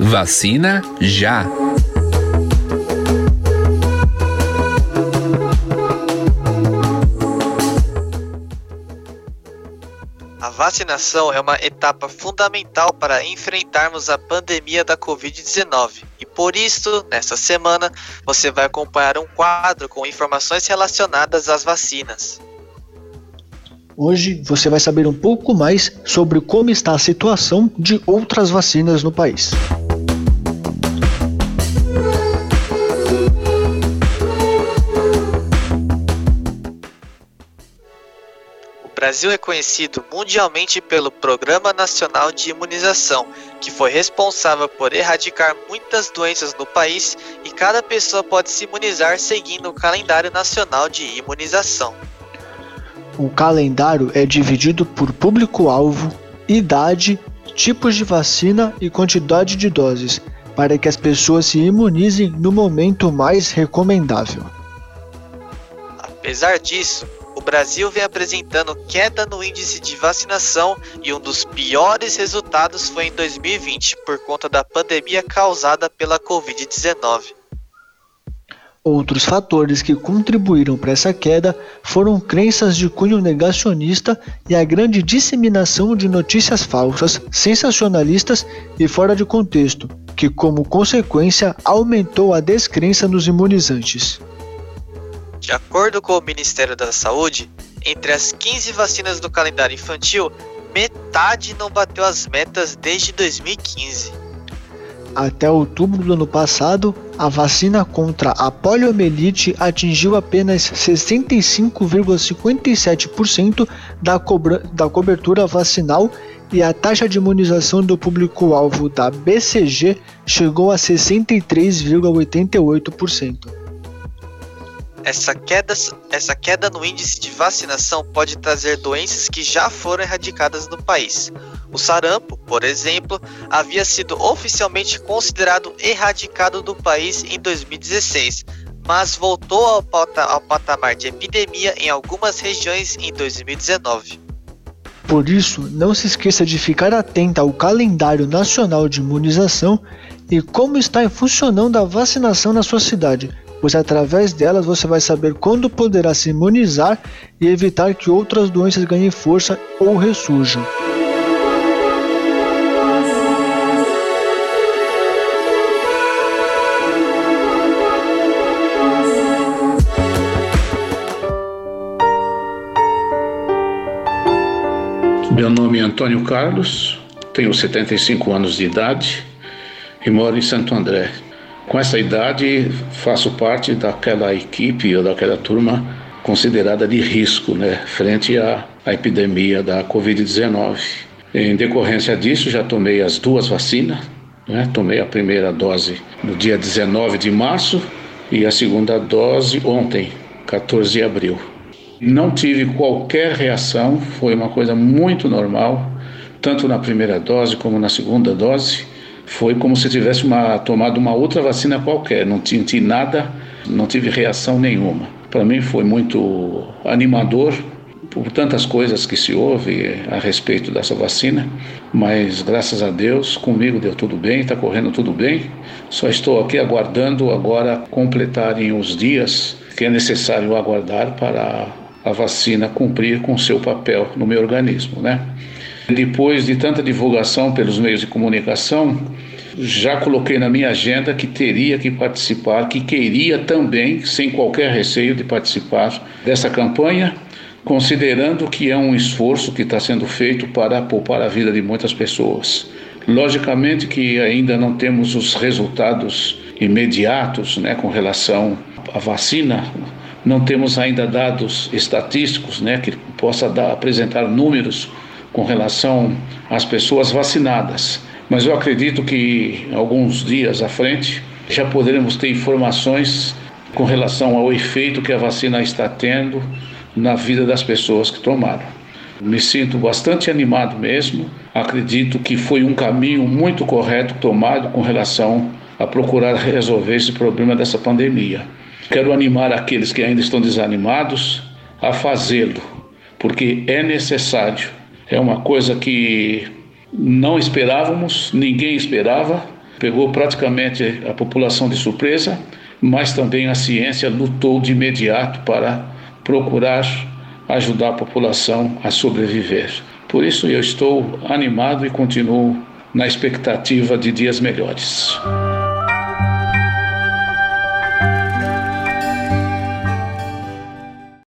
Vacina já! A vacinação é uma etapa fundamental para enfrentarmos a pandemia da Covid-19 e por isso, nesta semana, você vai acompanhar um quadro com informações relacionadas às vacinas. Hoje você vai saber um pouco mais sobre como está a situação de outras vacinas no país. O Brasil é conhecido mundialmente pelo Programa Nacional de Imunização, que foi responsável por erradicar muitas doenças no país e cada pessoa pode se imunizar seguindo o calendário nacional de imunização. O calendário é dividido por público-alvo, idade, tipos de vacina e quantidade de doses, para que as pessoas se imunizem no momento mais recomendável. Apesar disso, o Brasil vem apresentando queda no índice de vacinação e um dos piores resultados foi em 2020 por conta da pandemia causada pela Covid-19. Outros fatores que contribuíram para essa queda foram crenças de cunho negacionista e a grande disseminação de notícias falsas, sensacionalistas e fora de contexto, que como consequência aumentou a descrença nos imunizantes. De acordo com o Ministério da Saúde, entre as 15 vacinas do calendário infantil, metade não bateu as metas desde 2015. Até outubro do ano passado, a vacina contra a poliomielite atingiu apenas 65,57% da cobertura vacinal e a taxa de imunização do público-alvo da BCG chegou a 63,88%. Essa queda no índice de vacinação pode trazer doenças que já foram erradicadas no país. O sarampo, por exemplo, havia sido oficialmente considerado erradicado do país em 2016, mas voltou ao patamar de epidemia em algumas regiões em 2019. Por isso, não se esqueça de ficar atento ao calendário nacional de imunização e como está funcionando a vacinação na sua cidade, pois através delas você vai saber quando poderá se imunizar e evitar que outras doenças ganhem força ou ressurjam. Meu nome é Antônio Carlos, tenho 75 anos de idade e moro em Santo André. Com essa idade, faço parte daquela equipe ou daquela turma considerada de risco, frente à epidemia da Covid-19. Em decorrência disso, já tomei as duas vacinas, Tomei a primeira dose no dia 19 de março e a segunda dose ontem, 14 de abril. Não tive qualquer reação, foi uma coisa muito normal, tanto na primeira dose como na segunda dose. Foi como se tivesse tomado uma outra vacina qualquer, não senti nada, não tive reação nenhuma. Para mim foi muito animador por tantas coisas que se ouve a respeito dessa vacina, mas graças a Deus comigo deu tudo bem, está correndo tudo bem. Só estou aqui aguardando agora completarem os dias que é necessário aguardar para a vacina cumprir com seu papel no meu organismo, Depois de tanta divulgação pelos meios de comunicação, já coloquei na minha agenda que teria que participar, que queria também, sem qualquer receio de participar dessa campanha, considerando que é um esforço que está sendo feito para poupar a vida de muitas pessoas. Logicamente que ainda não temos os resultados imediatos, com relação à vacina. Não temos ainda dados estatísticos, que possa apresentar números com relação às pessoas vacinadas. Mas eu acredito que alguns dias à frente já poderemos ter informações com relação ao efeito que a vacina está tendo na vida das pessoas que tomaram. Me sinto bastante animado mesmo. Acredito que foi um caminho muito correto tomado com relação a procurar resolver esse problema dessa pandemia. Quero animar aqueles que ainda estão desanimados a fazê-lo, porque é necessário. É uma coisa que não esperávamos, ninguém esperava, pegou praticamente a população de surpresa, mas também a ciência lutou de imediato para procurar ajudar a população a sobreviver. Por isso eu estou animado e continuo na expectativa de dias melhores.